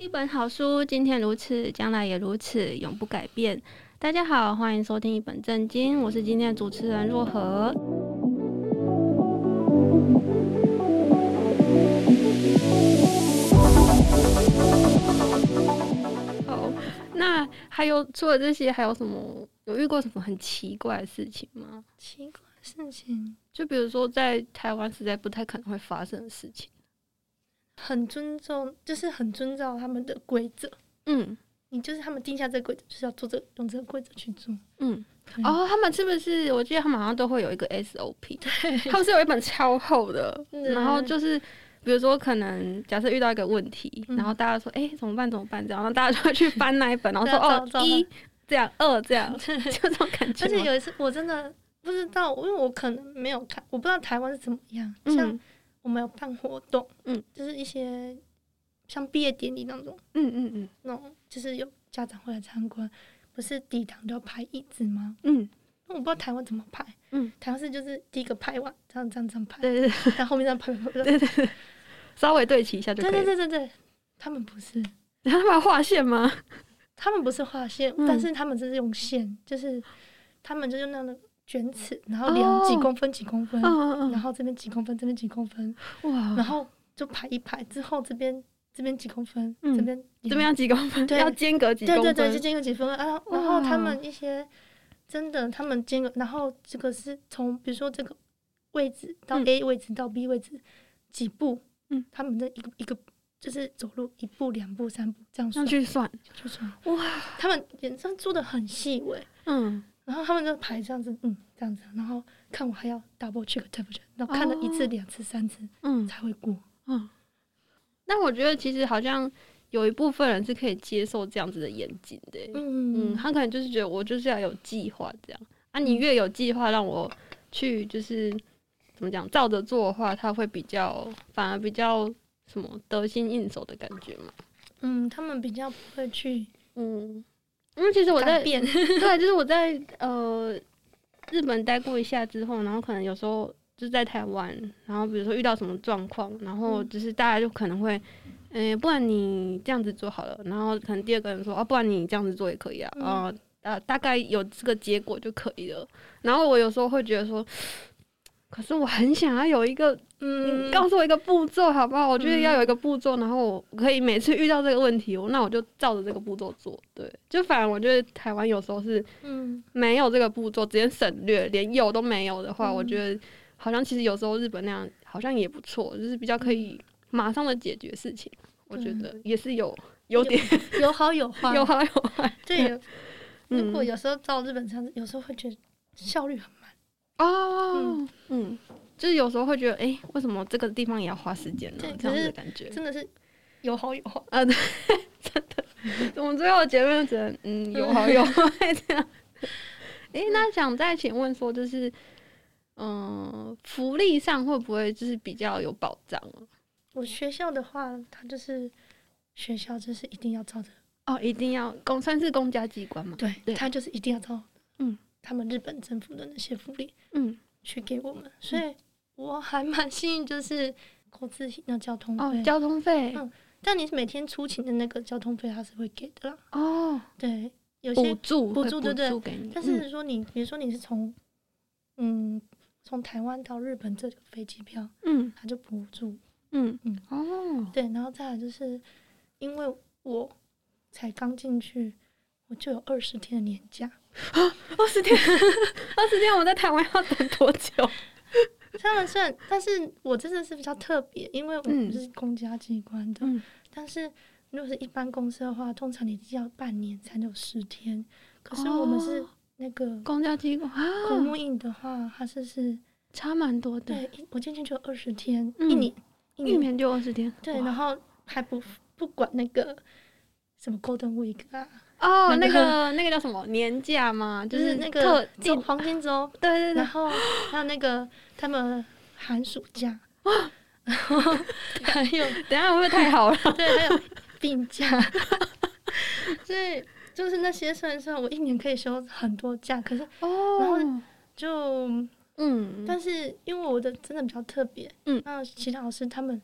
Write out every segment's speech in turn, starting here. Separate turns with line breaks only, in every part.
一本好书，今天如此，将来也如此，永不改变。大家好，欢迎收听一本正经，我是今天的主持人若何。好，那还有除了这些，还有什么？有遇过什么很奇怪的事情吗？
奇怪的事情，
就比如说在台湾实在不太可能会发生的事情。
很尊重，就是很遵照他们的规则。你就是他们定下这个规则，就是要做用这个规则去做。
他们是不是？我记得他们好像都会有一个 SOP， 对，他们是有一本超厚的，然后就是比如说可能假设遇到一个问题，然后大家说怎么办这样，然后大家就会去翻那一本，然后说1这样2这样，就这种感觉。
而且有一次我真的不知道，因为我可能没有看，我不知道台湾是怎么样。像我们有办活动，就是一些像毕业典礼那种，那种就是有家长会来参观，不是礼堂都要排椅子吗？我不知道台湾怎么排，台湾是就是第一个排完，这样排，对，然后后面这样排，
对，稍微对齐一下就可以。
对，他们不是，
然后他们画线吗？
他们不是画线，但是他们是用线，就是他们就用那个卷尺，然后量几公分几公分，然后这边几公分，这边几公分，哇，然后就排一排之后这边几公分，这边
要几公分，要间隔几公分，
对，就间隔几分然后他们一些真的，他们间隔，然后这个是从比如说这个位置到 A 位置到 B 位置几步，他们的一个就是走路1步2步3步这样算
去算，
哇，他们眼上做的很细微，然后他们就排这样子，这样子，然后看我还要 double check，然后看了1次2次3次，才会过，
但我觉得其实好像有一部分人是可以接受这样子的严谨的，他可能就是觉得我就是要有计划这样啊，你越有计划让我去就是怎么讲照着做的话，他会反而比较什么得心应手的感觉嘛。
他们比较不会去
因为其实我在对，就是我在日本待过一下之后，然后可能有时候就是在台湾，然后比如说遇到什么状况，然后就是大家就可能会不然你这样子做好了，然后可能第二个人说不然你这样子做也可以啊，大概有这个结果就可以了。然后我有时候会觉得说，可是我很想要有一个你告诉我一个步骤好不好？我觉得要有一个步骤，然后我可以每次遇到这个问题，那我就照着这个步骤做。对，就反而我觉得台湾有时候是没有这个步骤，直接省略，连有都没有的话，我觉得好像其实有时候日本那样好像也不错，就是比较可以马上的解决事情。我觉得也是有点
有好有坏，
有好有坏。
对，如果有时候照日本这样子，有时候会觉得效率很慢。
就是有时候会觉得为什么这个地方也要花时间呢？这样子的感觉
真的是有好有坏
对，真的。我们最后的结论只能有好有坏这样。那想再请问说，就是福利上会不会就是比较有保障
我学校的话，它就是学校就是一定要照着
一定要算是公家机关嘛？
对，它就是一定要照他们日本政府的那些福利去给我们，所以我还蛮幸运，就是购置那交通费
交通费
但你每天出勤的那个交通费它是会给的啦对，有些
补助
对
给你，
但是说比如说你是从台湾到日本这个飞机票它就补助对，然后再来就是因为我才刚进去，我就有20天的年假
20天我在台湾要等多久？
他们算，但是我真的是比较特别，因为我不是公家机关的但是如果是一般公司的话，通常你要半年才能有10天，可是我们是那个
公家机关
公务员的话，它是
差蛮多的。
对，我进去就20天
一年就20天，
对，然后还不管那个什么 Golden Week
那个叫什么年假吗？就是
那个黄金周，
对，
然后还有那个他们寒暑假然后还有
等一下会不会太好了？
对，还有病假所以就是那些算我一年可以休很多假，可是然后就但是因为我的真的比较特别那其他老师他们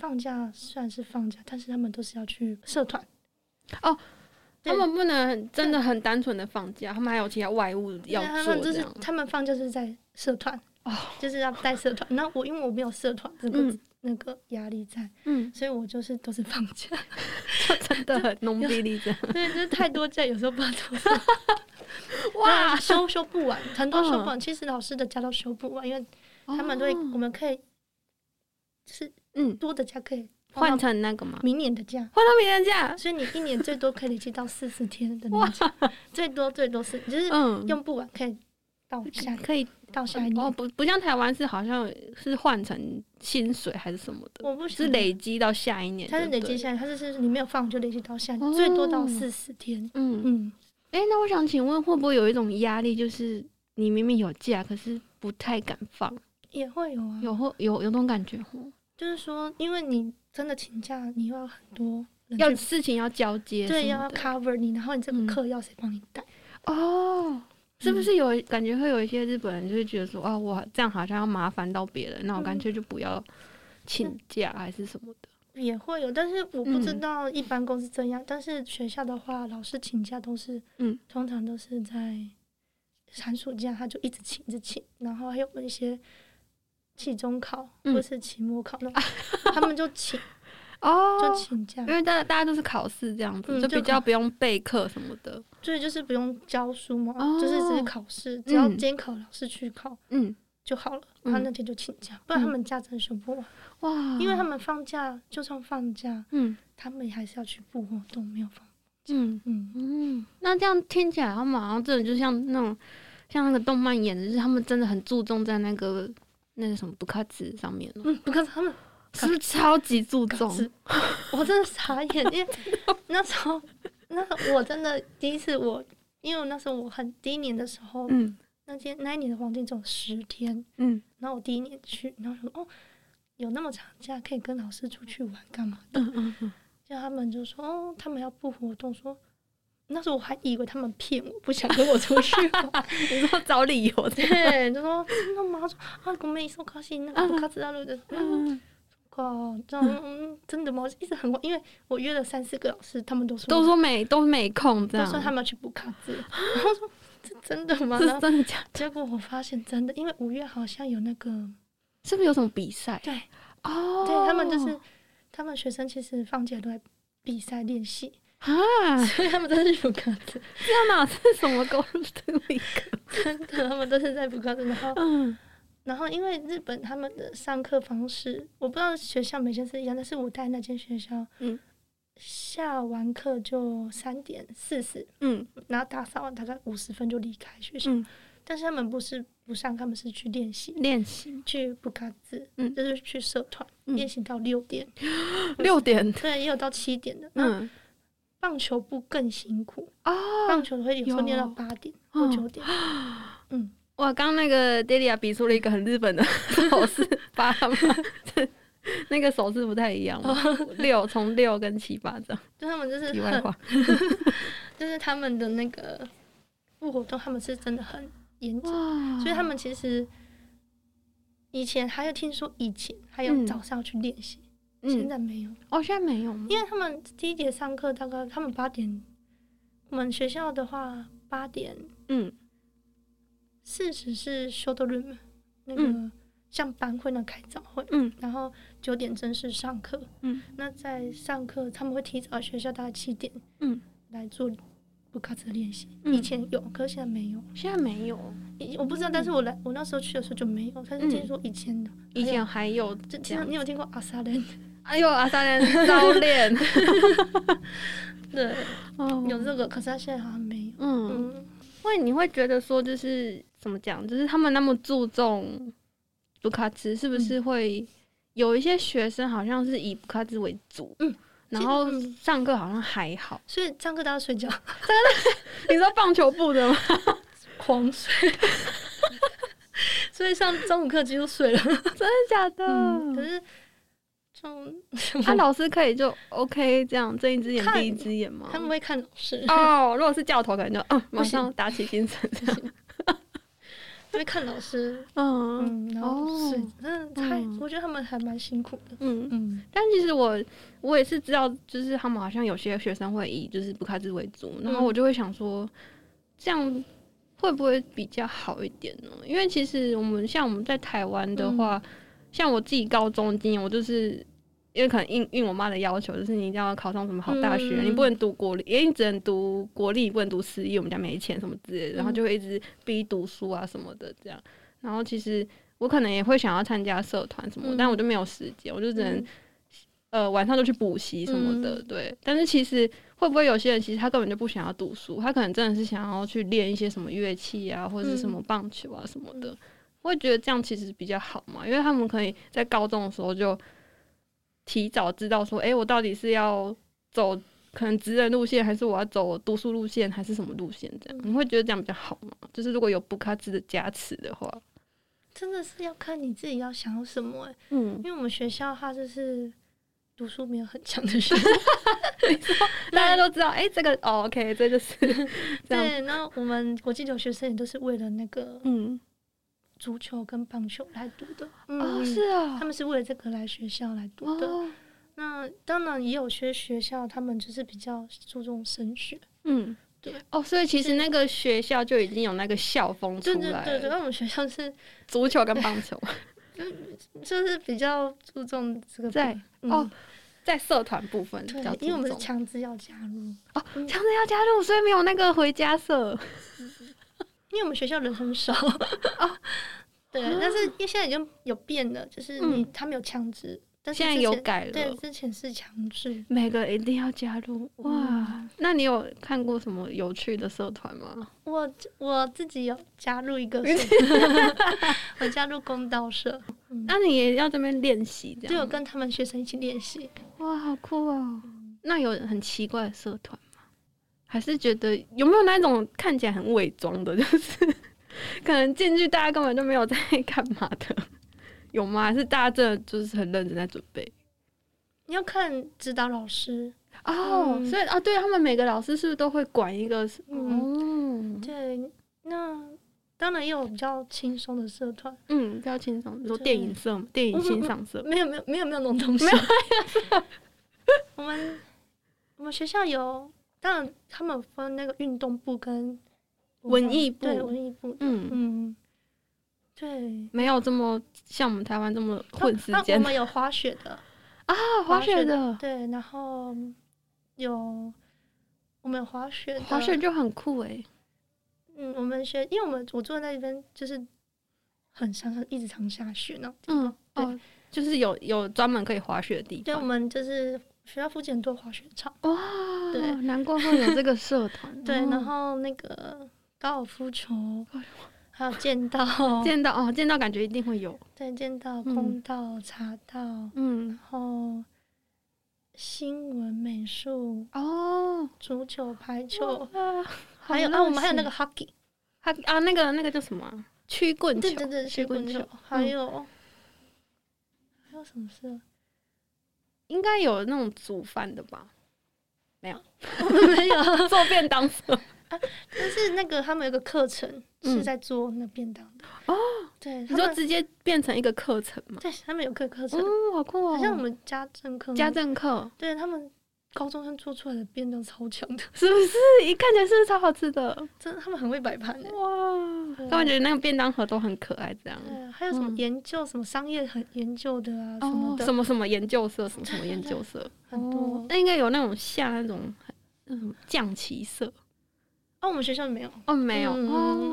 放假虽然是放假，但是他们都是要去社团。
哦，他们不能真的很单纯的放假，他们还有其他外务要做这样。
他们放假是在社团，就是要带社团。那因为我没有社团这个那个压力在，所以我就是都是放假，
就真的很浓逼力这样。
对，就是太多假，有时候不知道怎么办。哇，修不完，很多修不完。其实老师的假都修不完，因为他们我们可以就是多的假可以
换成那个吗？
明年的假，
换到明年假，
所以你一年最多可以累积到40天的年假，最多是，就是用不完可以到下一年。
哦，不像台湾是好像是换成薪水还是什么的，
我不
是累积到下一年。
它是累积下来，它是你没有放就累积到下一年，最多到40天。
那我想请问，会不会有一种压力，就是你明明有假，可是不太敢放？
也会有啊，
有种感觉。
就是说，因为你真的请假，你又要很多
事情要交接，
对，要 cover 你，然后你这个课要谁帮你带？
是不是有感觉会有一些日本人就会觉得说，我这样好像要麻烦到别人，那我干脆就不要请假还是什么的。
也会有，但是我不知道一般公司这样，但是学校的话，老师请假都是，通常都是在寒暑假，他就一直请，然后还有一些期中考或是期末考那种，他们就请。就请假，
因为大家都是考试这样子，就比较不用备课什么的。
对，就是不用教书嘛，就是只是考试，只要监考老师去考，就好了。他那天就请假，不然他们假真的休不完。哇！因为他们放假，就算放假，他们还是要去部活动，没有放。
那这样听起来，他们好像真的就像那个动漫演的，就是他们真的很注重在那个什么部活上面了。
部活他们。
是不是超级注重？
我真的傻眼，因为那时候我真的第一次因为那时候我第一年的时候，那一年的黄金只有10天，然后我第一年去，然后说有那么长假可以跟老师出去玩干嘛的，就他们就说他们要部活动，说那时候我还以为他们骗我，不想跟我出去玩。
你说找理由？
对，就说真的吗？说我们一开始那个不卡子啊，的。这样真的吗？一直很慌，因为我约了3-4个老师，他们都说
没空，这样
都说他们要去补卡子。然后说这真的吗？
是真的假的？
结果我发现真的，因为5月好像有那个，
是不是有什么比赛？
对，对他们就是他们学生其实放假都在比赛练习所以他们都是补卡子。
这样哪是什么公路的一个？
真的，他们都是在补卡子，然后因为日本他们的上课方式，我不知道学校每间是一样，但是我带那间学校，下完课就3点40，然后打扫完大概50分就离开学校。但是他们不是不上课，他们是去练习，去补卡子，就是去社团练习到6点。
6点？
对，也有到7点的。棒球部更辛苦棒球会有时候练到8点或9点。
哇，刚那个 Delia 比出了一个很日本的手势，巴掌，那个手势不太一样嘛。从6跟7巴掌。
就他们就是
题外话，
就是他们的那个部活动，他们是真的很严谨，所以他们其实以前还有听说以前还有早上要去练习，现在没有。
现在没有吗？
因为他们第一节上课大概他们8点，我们学校的话8点40是 short room， 那个像班会那开早会，然后9点正式上课，那在上课他们会提早学校大概7点，来做补卡子的练习。以前有，可是现在没有。
现在没有，
我不知道，但是我那时候去的时候就没有，但是听说以前的，
以前还有，
你有听过阿萨连？
哎呦，阿萨连早恋，
对，有这个，可是他现在好像没有。
因为你会觉得说，就是怎么讲，就是他们那么注重补卡子，是不是会有一些学生好像是以补卡子为主，然后上课好像还好，
所以上课都要睡觉。
你说棒球部的吗？
狂睡，所以上中午课几乎睡了。真
的假的？
可是
老师可以就 OK 这样睁一只眼闭一只眼吗？
他们会看老师
如果是教头可能就马上打起精神这样。
会看老师，然后睡，我觉得他们还蛮辛苦的，
但其实我也是知道，就是他们好像有些学生会以就是不卡制为主，然后我就会想说，这样会不会比较好一点呢？因为其实我们在台湾的话，像我自己高中经验，我就是因为可能应我妈的要求，就是你一定要考上什么好大学，你不能读国立，因为你只能读国立，不能读私立，我们家没钱什么之类的，然后就会一直逼读书啊什么的这样。然后其实我可能也会想要参加社团什么，但我就没有时间，我就只能晚上就去补习什么的，对。但是其实会不会有些人其实他根本就不想要读书，他可能真的是想要去练一些什么乐器啊，或者是什么棒球啊什么的。我会觉得这样其实比较好嘛，因为他们可以在高中的时候就提早知道说，我到底是要走可能职人路线，还是我要走读书路线，还是什么路线？这样你会觉得这样比较好吗？就是如果有补卡制的加持的话，
真的是要看你自己要想要什么因为我们学校它就是读书没有很强的学校，
大家都知道，这个OK， 这就是这样。
对，那我们国际留学生也都是为了那个足球跟棒球来读的，
是啊，
他们是为了这个来学校来读的。那当然也有些学校，他们就是比较注重升学，对
所以其实那个学校就已经有那个校风出来了。
对，那我们学校是
足球跟棒球，
就是比较注重这个
在社团部分比较注重，
因为我们是强制要加入
强制要加入，所以没有那个回家社。
因为我们学校人很少对，但是因为现在已经有变了，就是他没有强制，但是
现在有改了。
对，之前是强制，
每个一定要加入。哇，那你有看过什么有趣的社团吗？
我自己有加入一个社团，我加入公道社。
那你也要这边练习，这样？
就有跟他们学生一起练习。
哇，好酷哦！那有很奇怪的社团吗？还是觉得有没有那种看起来很伪装的，就是可能进去大家根本就没有在干嘛的，有吗？还是大家真的就是很认真在准备？
你要看指导老师
所以对他们每个老师是不是都会管一个？
对，那当然也有比较轻松的社团，
比较轻松，你说电影社、电影欣赏社，
没有那种东西，
没有。
我们学校有。当然，他们分那个运动部跟
文艺部，
对文艺部，对，
没有这么像我们台湾这么混时间。
我们有滑雪的
滑雪的，
对，然后我们有滑雪的，
滑雪就很酷
我们因为我住在那边就是很一直常下雪呢，
对，就是有专门可以滑雪的地方。
对，我们就是学校附近很多滑雪场。
哇，对，难怪会有这个社团。
对，然后那个高尔夫球，还有剑道，
剑道感觉一定会有。
对，剑道、弓道、茶道，然后新闻、美术，足球、排球，还有我们还有那个 hockey，
那个叫什么？曲棍球。
对，曲棍球，还有什么事？
应该有那种煮饭的吧？没有，
没有
做便当社。
但是那个他们有个课程是在做那便当的对，
你说直接变成一个课程吗？
对，他们有课程
好酷哦！
好像我们家政课，对他们高中生做出来的便当超强的，
是不是？一看起来是不是超好吃的？
真的，他们很会摆盘
哇！他们觉得那个便当盒都很可爱，这样。
对，还有什么研究什么商业研究的什么的，
什么研究社，什么研究社，
很多。
那应该有那种像那种象棋社。
我们学校没有。
没有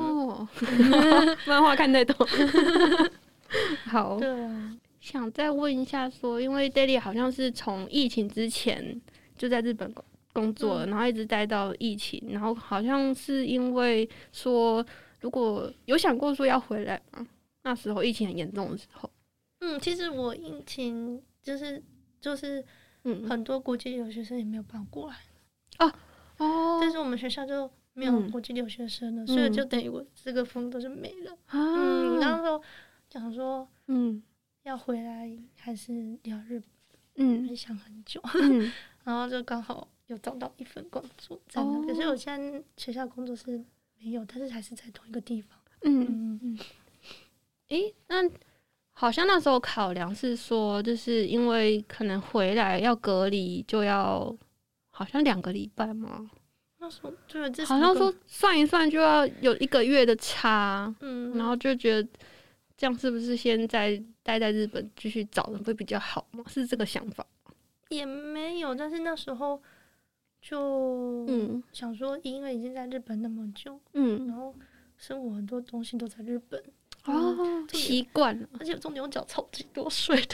漫画看太多。好。
对啊。
想再问一下说，因为 Daily 好像是从疫情之前就在日本工作了，然后一直待到疫情，然后好像是因为说，如果有想过说要回来吗？那时候疫情很严重的时候。
其实我疫情就是很多国际留学生也没有办法过来。但是我们学校就没有国际留学生了，所以就等于我这个风都是没了。然后讲说要回来还是要日本，很想很久。然后就刚好有找到一份工作在那边，所以我现在学校工作是没有，但是还是在同一个地方。
那好像那时候考量是说，就是因为可能回来要隔离，就要好像2个礼拜吗？
那时候对，
好像说算一算就要有1个月的差，然后就觉得这样是不是现在待在日本继续找人会比较好吗？是这个想法吗？
也没有，但是那时候就想说，因为已经在日本那么久，然后生活很多东西都在日本，
习惯了，
而且重点我缴超级多税的。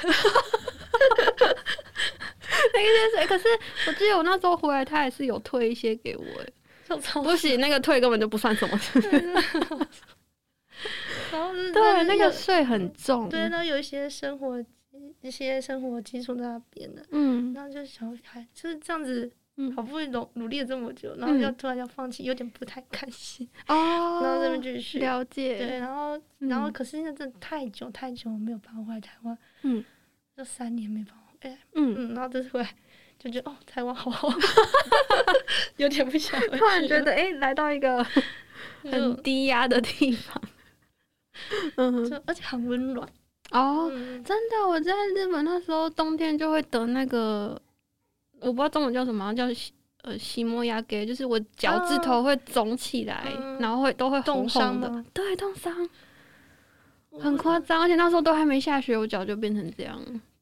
那些水，可是我记得我那时候回来，他还是有退一些给我，不行，那个退根本就不算什么。
然后
对，那个税很重。
对，然后有一些生活基础在那边的，然后就想，就是这样子，好不容易努力了这么久，然后突然要放弃，有点不太开心。然后这边继续
了解。
对，然后可是那真的太久我没有办法回来台湾，就3年没办法。然后这次回来就觉得台湾好好，有点不想回去。
突然觉得来到一个很低压的地方，
而且很温暖
真的，我在日本那时候冬天就会得那个，我不知道中文叫什么，叫西莫亚给，就是我脚趾头会肿起来，然后都会红红的，对，冻伤，很夸张，而且那时候都还没下雪，我脚就变成这样。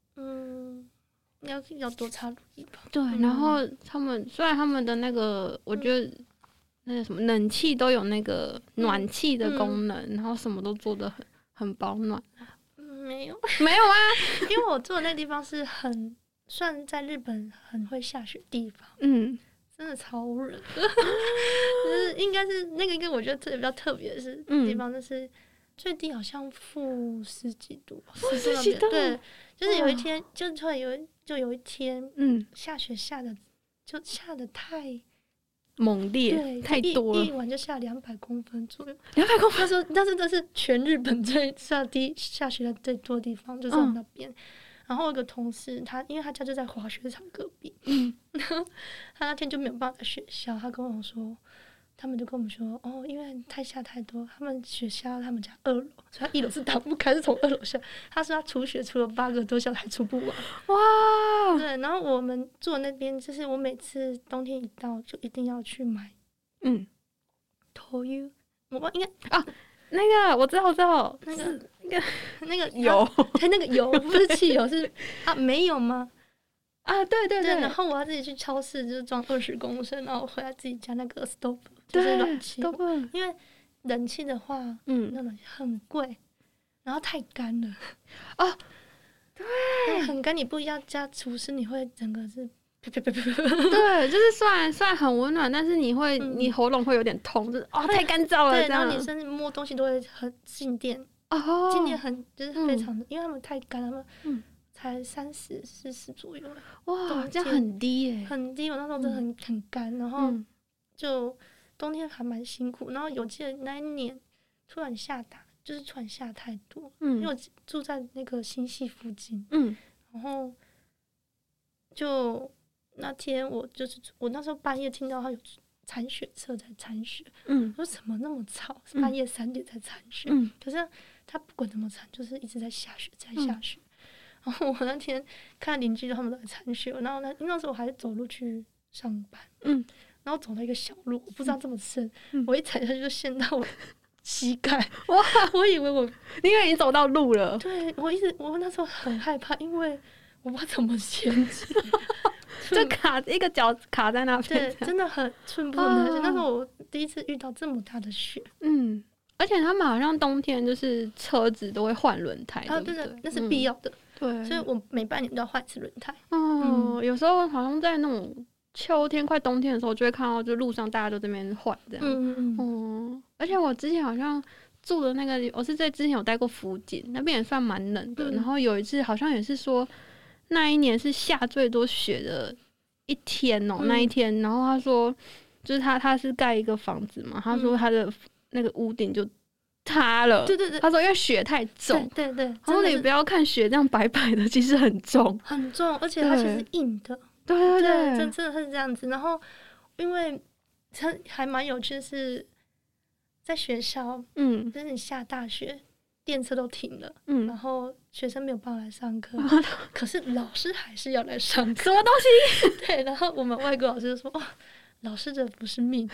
要多擦乳液吧。
对，然后虽然他们的那个，我觉得那个什么冷气都有那个暖气的功能，然后什么都做得很保暖。
没有
啊，
因为我住的那地方是算在日本很会下雪的地方，真的超冷，就是应该是那个，应该我觉得比较特别的是地方，就是最低好像-10几度，-10几度，对，就是有一天就突然有一天，下雪下的太
猛烈，太多了，
一晚就下200公分左右。
200公分，
但是这是全日本下雪的最多的地方，就在那边。然后我有个同事，因为他家就在滑雪场隔壁，然后他那天就没有办法在学校，他们就跟我们说，因为下太多，他们雪下到他们家2楼，所以他1楼是打不开，是从2楼下。他说他除雪除了8个多小时还除不完。
哇！
对，然后我们住的那边，就是我每次冬天一到，就一定要去买Toyo，我应该
那个我知道，
那个
油，
那个油不是汽油，是没有吗？
对，
然后我要自己去超市，就是装20公升，然后回来自己加那个 stove， 就是暖气，因为冷气的话，那冷气很贵，然后太干了，对，很干，你不要加除湿，你会整个是，
对，就是虽然很温暖，但是你喉咙会有点痛，就是太干燥了，
对，然后你甚至摸东西都会很静电，静电就是非常的，因为他们太干了，他们才30、40左右，
哇，这样很低耶，
很低。我那时候真的很干，然后就冬天还蛮辛苦。然后我记得那一年突然下太多，因为我住在那个新系附近，然后就那天我那时候半夜听到他有铲雪车在铲雪，我说怎么那么吵？是半夜3点在铲雪，可是他不管怎么铲，就是一直在下雪，在下雪。然后我那天看邻居他们都在铲雪，然后那时候我还是走路去上班，然后走到一个小路，我不知道这么深，我一踩下去就陷到我膝盖，哇！我以为
因为你走到路了，
对，我那时候很害怕，因为我不知道怎么衔接，
就一个脚卡在那边，
对，真的很寸步难行。那时候我第一次遇到这么大的雪，
而且他们好像冬天就是车子都会换轮胎，
对的，那是必要的。
对，
所以我每半年都要换一次轮胎。
有时候好像在那种秋天快冬天的时候，就会看到就路上大家都在那边换这样。而且我之前好像住的那个，我是在之前有待过福井，那边也算蛮冷的。然后有一次好像也是说，那一年是下最多雪的一天那一天，然后他说，就是他是盖一个房子嘛，他说他的那个屋顶就塌了，
对，
他说因为雪太重，
对，
然后你不要看雪这样白白的，其实很重，
而且它其实硬的，
对，
真的是这样子。然后因为它还蛮有趣的是， 在学校，就是你下大雪，电车都停了，然后学生没有办法来上课，可是老师还是要来上课，
什么东西？
对，然后我们外国老师就说：“哇，老师这不是命，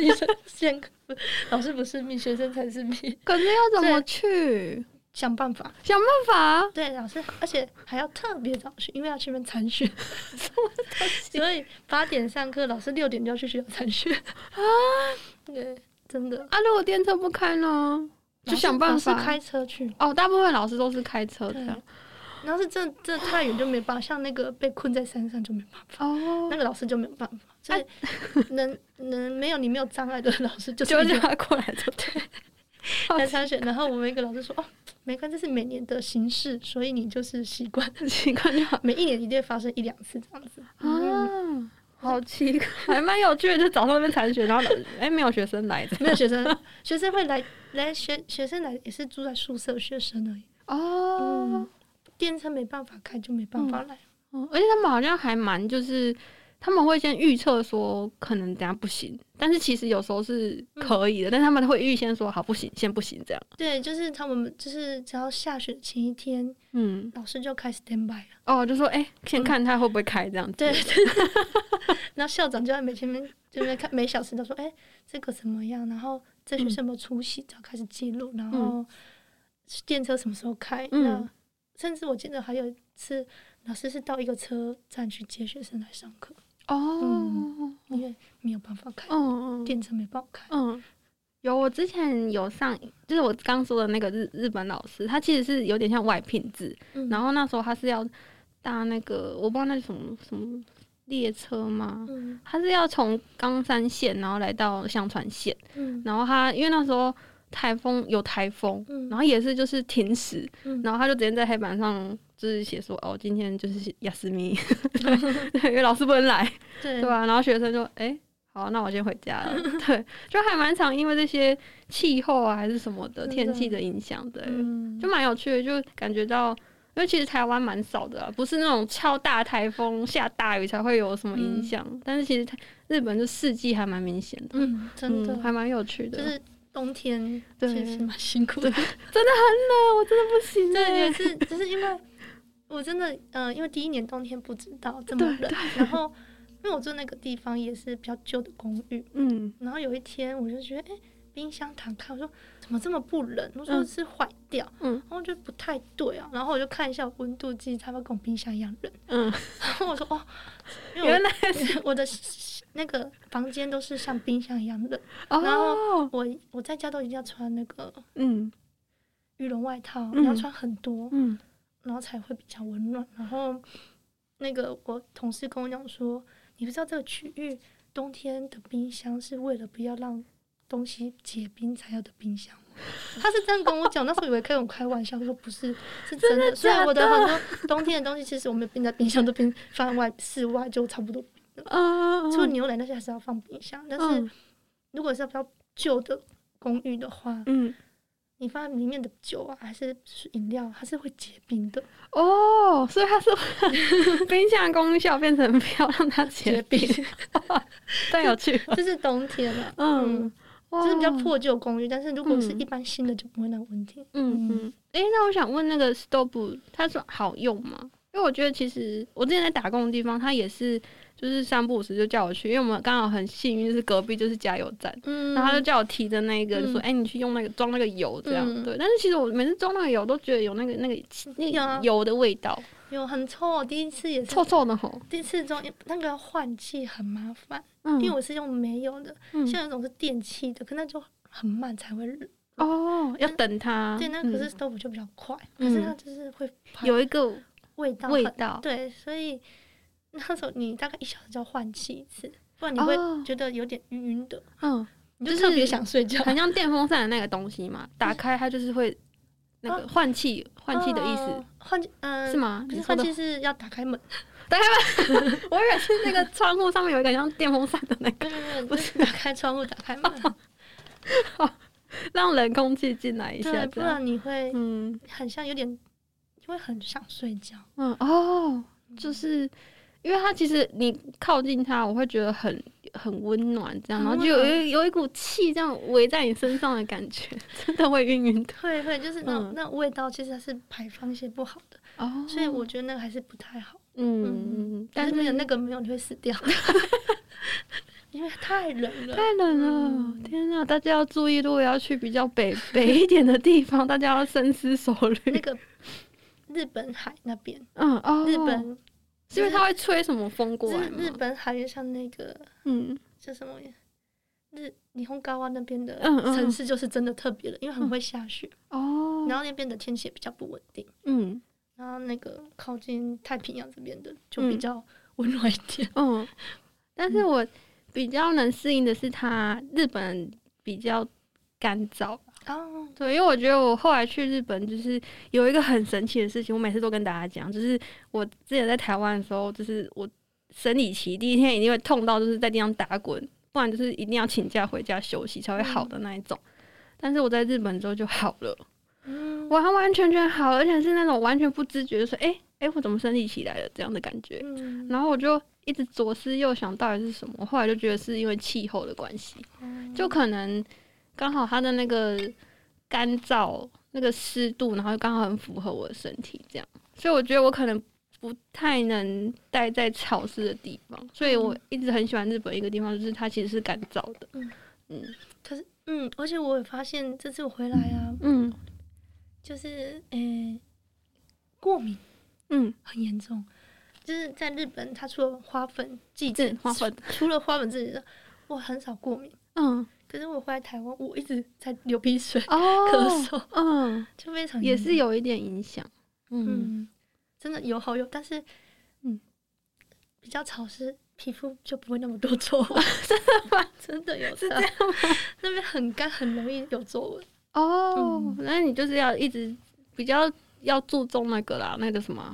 老师不是命，学生才是命。”
可是要怎么去？
想办法，对，老师，而且还要特别早去，因为要去那边参选，所以8点上课，老师6点就要去学校参选啊。对，真的
啊。如果电车不开呢，就想办法。
老师开车去
哦，大部分老师都是开车这样。
然后是这太远就没办法，像那个被困在山上就没办法，那个老师就没有办法，所以没有障碍的老师就
叫他过来就对。
来参选，然后我们一个老师说：“哦，没关系，这是每年的形式，所以你就是习惯就好。每1年一定会发生1-2次这样子。”
啊，好奇怪，还蛮有趣的。就早上那边参选，然后没有学生来，
没有学生会来学生来也是住在宿舍学生而已。哦，电车没办法开就没办法来。
而且他们好像还蛮就是他们会先预测说可能等下不行，但是其实有时候是可以的，但他们会预先说好不行，先不行这样。
对，就是他们就是只要下雪前一天，老师就开始 stand by 了。
哦，就说先看他会不会开这样子。
对。然后校长就在前面这边看，每小时都说这个怎么样，然后这学生有没有出席，就要开始记录，然后电车什么时候开。那甚至我记得还有一次，老师是到一个车站去接学生来上课。因为没有办法开，电车没办法开。
我之前有上，就是我刚说的那个日本老师，他其实是有点像外聘制，然后那时候他是要搭那个我不知道那是什么列车吗？他是要从冈山县然后来到香川县，然后他因为那时候有台风，然后也是就是停驶，然后他就直接在黑板上就是写说今天就是亚斯米，对，因为老师不能来，对吧？然后学生就好，那我先回家了。对，就还蛮常因为这些气候啊还是什么的天气的影响，对，就蛮有趣的，就感觉到。因为其实台湾蛮少的不是那种超大台风下大雨才会有什么影响，但是其实日本就四季还蛮明显的，
真的
还蛮有趣的。
就是冬天其实蛮辛苦的，真的
很冷，我真的不行。
对，也是，就是因为我真的因为第一年冬天不知道这么冷，然后因为我住那个地方也是比较旧的公寓，然后有一天我就觉得冰箱打开，我说怎么这么不冷？我说是坏掉，然后我觉得不太对啊，然后我就看一下温度计，它跟我冰箱一样冷，然后我说因为
原来
我的那个房间都是像冰箱一样冷，然后我在家都一定要穿那个羽绒外套，你要穿很多，然后才会比较温暖。然后那个我同事跟我讲说，你不知道这个区域冬天的冰箱是为了不要让东西结冰才有的冰箱，他是这样跟我讲。那时候以为跟我开玩笑，说不是，是真的。所以我的很多冬天的东西，其实我们冰在冰箱都放在室外就差不多冰了。除了牛奶那些还是要放冰箱，但是如果是比较旧的公寓的话，你放在里面的酒啊，还是饮料，它是会结冰的。
所以它是冰箱功效变成不要让它结冰，太有趣了。
这是冬天了，就是比较破旧公寓，但是如果是一般新的就不会那个问题。
那我想问那个 stove 它是好用吗？因为我觉得其实我之前在打工的地方，它也是就是3不5时就叫我去，因为我们刚好很幸运，就是隔壁就是加油站，然后他就叫我提着那个，就说你去用那个装那个油这样，对。但是其实我每次装那个油都觉得有那个油的味道，
有很臭。第一次也是
臭臭的吼。
第一次装那个换气很麻烦，因为我是用煤油的，像有一种是电气的，可那就很慢才会热。
要等它。
对，那可是 stove 就比较快，可是它就是会
有一个
味道。对，所以那时候你大概1小时就要换气一次，不然你会觉得有点晕晕的。你就特别想睡觉，
很像电风扇的那个东西嘛，打开它就是会那个换气的意思。是吗？
不是换气，是要打开门。
打开门，我以为是那个窗户上面有一个像电风扇的那个，
不是打开窗户打开门，
让冷空气进来一下，
对，不然你会很像有点会很想睡觉。
就是因为它其实你靠近它，我会觉得很温暖这样，然后就有一股气这样围在你身上的感觉，真的会晕晕的。
会就是那味道其实它是排放一些不好的，所以我觉得那个还是不太好。但是那个没有你会死掉。因为太冷了，
太冷了！天哪，大家要注意，如果要去比较北一点的地方，大家要深思熟虑。
那个日本海那边，日本
是因为它会吹什么风过来吗？
日本海就像那个，叫什么日本高湾那边的城市，就是真的特别冷，因为很会下雪。然后那边的天气也比较不稳定。然后那个靠近太平洋这边的就比较温暖一点。
但是我比较能适应的是日本比较干燥。对，因为我觉得我后来去日本就是有一个很神奇的事情，我每次都跟大家讲，就是我之前在台湾的时候，就是我生理期第一天一定会痛到就是在地上打滚，不然就是一定要请假回家休息才会好的那一种。但是我在日本之后就好了，完完全全好，而且是那种完全不自觉的说我怎么生理期来了这样的感觉。然后我就一直左思右想到底是什么，后来就觉得是因为气候的关系，就可能刚好它的那个干燥、那个湿度，然后刚好很符合我的身体，这样，所以我觉得我可能不太能待在潮湿的地方，所以我一直很喜欢日本一个地方，就是它其实是干燥的。
可是而且我也发现这次我回来啊，就是过敏，很严重。就是在日本，它除了花粉季节，除了花粉季节，我很少过敏。可是我回来台湾，我一直在流鼻水、咳嗽，就非常
也是有一点影响。
真的有好有，但是比较潮湿，皮肤就不会那么多皱纹。
真的吗？
真的有，
是这样吗？
那边很干，很容易有皱纹。
那你就是要一直比较要注重那个啦，那个什么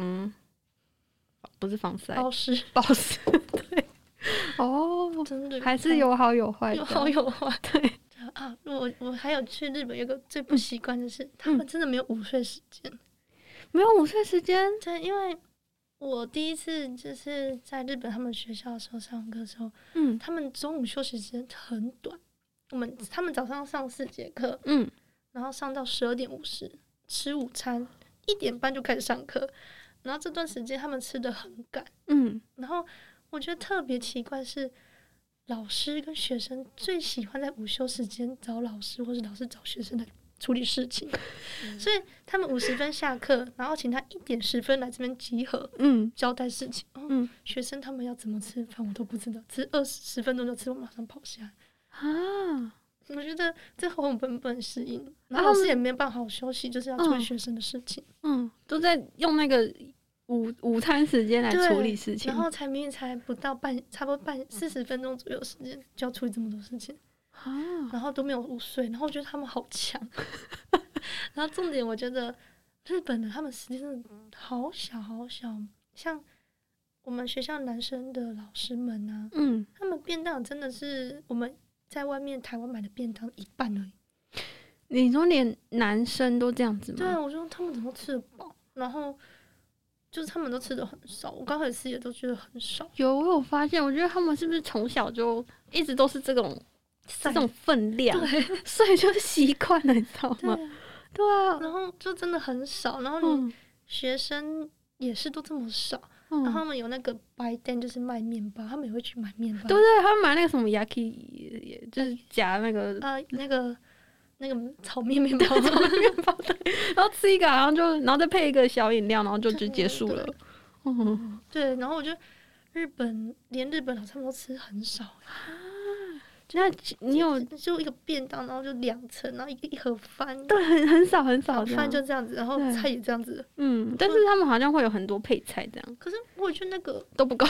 不是防晒，保湿，对。
真的
还是有好有坏，
有好有坏。
对
我还有去日本，有个最不习惯的是，他们真的没有午睡时间。
没有午睡时间？
对，因为我第一次就是在日本他们学校的时候上课的时候，他们中午休息时间很短，他们早上上4节课，然后上到12:50吃午餐，1点半就开始上课，然后这段时间他们吃得很赶，然后我觉得特别奇怪是，老师跟学生最喜欢在午休时间找老师，或是老师找学生来处理事情，所以他们50分下课，然后请他1点10分来这边集合，交代事情。学生他们要怎么吃饭我都不知道，吃10分钟就吃完，马上跑下来。我觉得这我本不能适应，然后老师也没办法好好休息，就是要处理学生的事情。
都在用那个午餐时间来处理事情，
然后明明才不到差不多40分钟左右时间就要处理这么多事情，然后都没有午睡，然后我觉得他们好强。然后重点我觉得日本的他们时间真的好小好小，像我们学校男生的老师们啊，他们便当真的是我们在外面台湾买的便当1半而已。
你说连男生都这样子吗？
对，我说他们怎么吃得饱，然后就是他们都吃的很少，我刚开始吃也都觉得很少。
我有发现，我觉得他们是不是从小就一直都是这种分量，所以就习惯了，你知道吗？对啊，
然后就真的很少，然后你学生也是都这么少，然后他们有那个白店，就是卖面包，他们也会去买面包。
对，他们买那个什么 yaki， 就是夹那个
那个炒面面包，
对，然后吃一个，然后再配一个小饮料，然后就结束了。
对，然后我觉得连日本好像都吃很少。
那你有
就一个便当，然后就2层，然后一盒饭，
对，很少很少，
饭就这样子，然后菜也这样子。
但是他们好像会有很多配菜这样。
可是我觉得那个
都不够，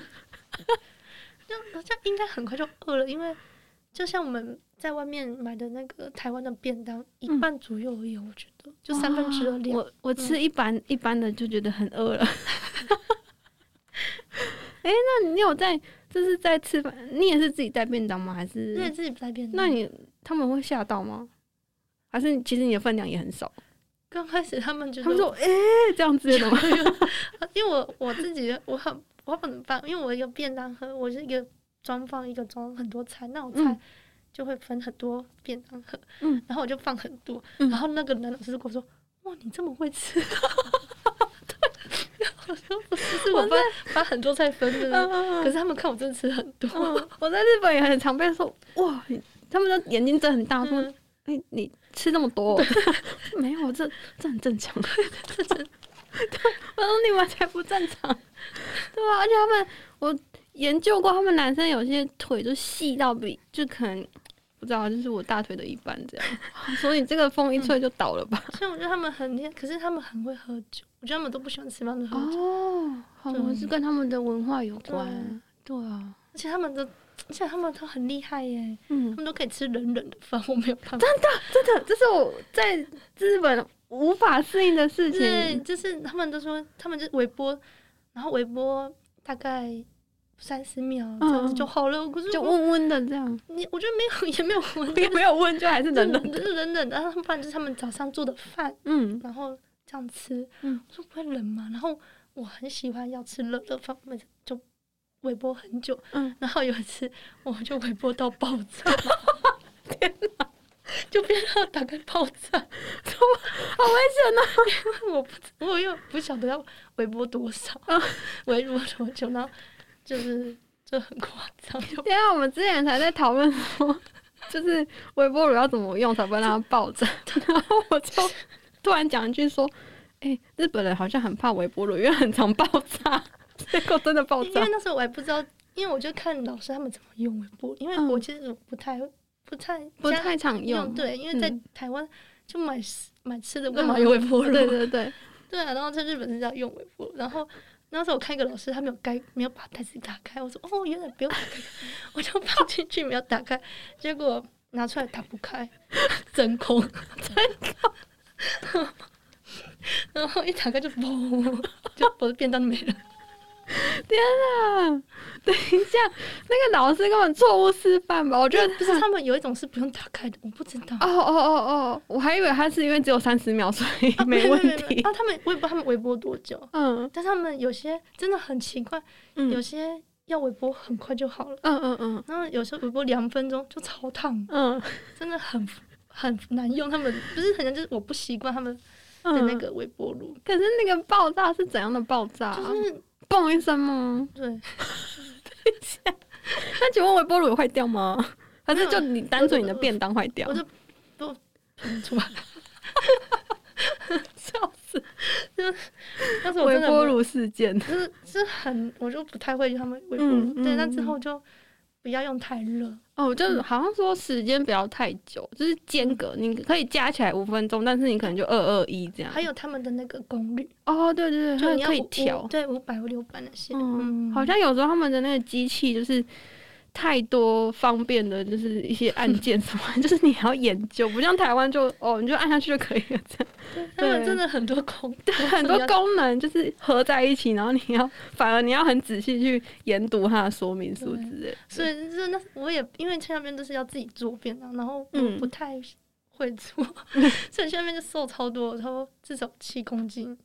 这样应该很快就饿了，因为就像我们在外面买的那个台湾的便当，1半左右而已，我觉得就2/3量。
我吃一般的就觉得很饿了。那你有就是在吃饭，你也是自己带便当吗？还是
对自己带便当？
那他们会吓到吗？还是其实你的分量也很少？
刚开始他们说
这样子的吗？
因为我自己我不怎么办，因为我一个便当盒，我是一个装放一个装很多菜，那种菜就会分很多便当盒，然后我就放很多，然后那个男老师就跟我说：“哇，你这么会吃！”我说不是，我把很多菜分的，可是他们看我真的吃很多。
我在日本也很常被说哇，他们的眼睛睁很大，说你吃那么多，没有，这很正常。我说你们才不正常，对吧？而且我研究过，他们男生有些腿就细到就可能不知道，就是我大腿的一半这样。所以这个风一吹就倒了吧？
所以我觉得他们很厉害，可是他们很会喝酒。我觉得他们都不喜欢吃饭就喝酒。
哦，好，是跟他们的文化有关。对啊，
而且他们都很厉害耶。他们都可以吃冷的饭，我没有办法。
真的，这是我在日本无法适应的事情。
对，就是他们都说，他们就微波，然后微波大概30秒这样子就好了，可是
就温温的这样。
我觉得也没有温，
也没有温，就还是冷冷的，
冷冷的。然后不然就是他们早上做的饭，然后这样吃，我说不会冷吗？然后我很喜欢要吃热的饭，就微波很久，然后有一次我就微波到爆炸，天哪！就变成打开爆炸，
好危险
啊！我又不晓得要微波多少，微波多久，然后就很夸张。
对啊，我们之前才在讨论说，就是微波炉要怎么用才不会让它爆炸。然后我就突然讲一句说：“日本人好像很怕微波炉，因为很常爆炸。”结果真的爆炸。
因为那时候我还不知道，因为我就看老师他们怎么用微波炉，因为我其实不太常用。对，因为在台湾就买吃的，干嘛用微波炉？
对
啊，然后在日本是要用微波炉，然后那时候我看一个老师，他没有把袋子打开，我说哦，原来不用打开，我就放进去没有打开，结果拿出来打不开，真空，然后一打开就嘣，就我的便当没了。
天啊！等一下，那个老师根本错误示范吧？我觉得
不是，他们有一种是不用打开的，我不知道。
我还以为他是因为只有30秒，所以没问题。
我也不知道他们微波多久。但是他们有些真的很奇怪，有些要微波很快就好了。然后有时候微波2分钟就超烫。真的很难用。他们不是很像，就是我不习惯他们的那个微波炉。
可是那个爆炸是怎样的爆炸？就是嘣一声吗？
对。
那请问微波炉有坏掉吗？还是就你单纯你的便当坏掉？
我就都喷出来了，
笑死！
但是我
微波炉事件，
是很，我就不太会他们微波炉。对，那之后就不要用太热。
就是好像说时间不要太久，就是间隔，你可以加起来5分钟，但是你可能就221这样。
还有他们的那个功率
对，就你可以调，
对，500或600那些。
好像有时候他们的那个机器就是太多方便的，就是一些按键什么，就是你还要研究，不像台湾就你就按下去就可以了这样。
他们真的很多
很多功能就是合在一起，然后反而你要很仔细去研读它的说明书之类。
所以那我也因为去那边都是要自己做便当，然后我不太会做，所以去那边就瘦超多，差不多至少7公斤。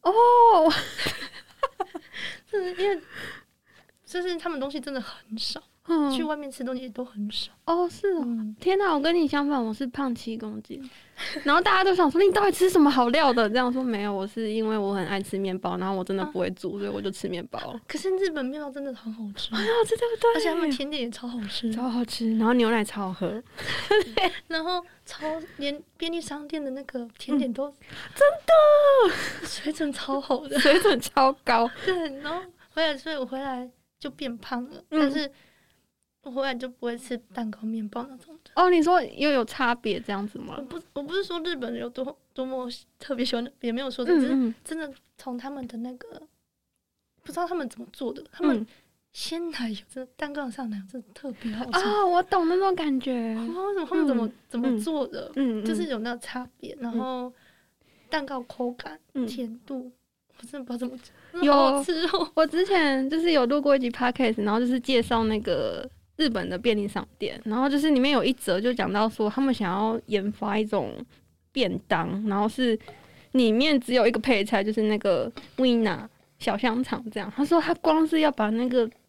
就是因为就是他们东西真的很少。去外面吃东西都很少。
是哦。天哪，我跟你相反，我是胖7公斤。然后大家都想说你到底吃什么好料的？这样说没有，我是因为我很爱吃面包，然后我真的不会煮，所以我就吃面包。
可是日本面包真的很好吃。
这对不对？
而且他们甜点也超好吃，
超好吃。然后牛奶超好喝。
然后连便利商店的那个甜点都
真的
水准超好的，
水准超高。
对，然后所以我回来就变胖了，但是我回来就不会吃蛋糕、面包那种的。
你说又有差别这样子吗？
我不是说日本人有多么特别喜欢的，也没有说只是真的从他们的那个不知道他们怎么做的，他们鲜奶油真的蛋糕上奶油真的特别好吃。
我懂那种感觉。
我不知道为什么他们怎么做的，就是有那个差别。然后蛋糕口感、甜度，我真的不知道怎么讲，好好吃哦。
我之前就是有录过一集 podcast， 然后就是介绍那个日本的便利商店，然后就是里面有一则就讲到说他们想要研发一种便当，然后是里面只有一个配菜，就是那个 Wina 小香肠这样。他说他光是要把那个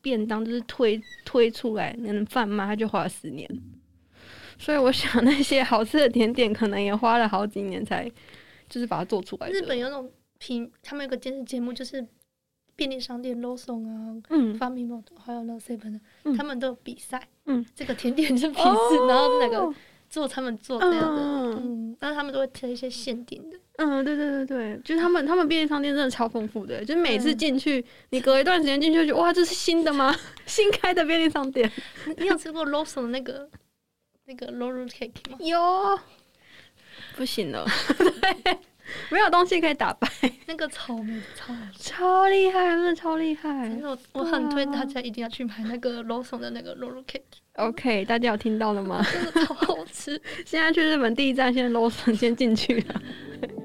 便当就是推出来能贩卖，他就花了10年。所以我想那些好吃的甜点可能也花了好几年才就是把它做出来的。
日本有那种他们有个电视节目，就是便利商店 Lawson 啊，Family 还有那 Seven 的，他们都有比赛。这个甜点是比试，然后那个做他们做这样的，然后他们都会贴一些限定的。
对，就是他们便利商店真的超丰富的，就是每次进去，你隔一段时间进去就觉得哇，这是新的吗？新开的便利商店。
你有吃过 Lawson 的那个 roll cake 吗？
有，不行了，对，没有东西可以打败。
那个草莓超好吃，
超厉害，真的超厉害。
真的，我很推大家一定要去买那个 Lawson 的那个 roll cake。OK，
大家有听到了吗？
真的超好吃。
现在去日本第一站，先 Lawson 先进去了。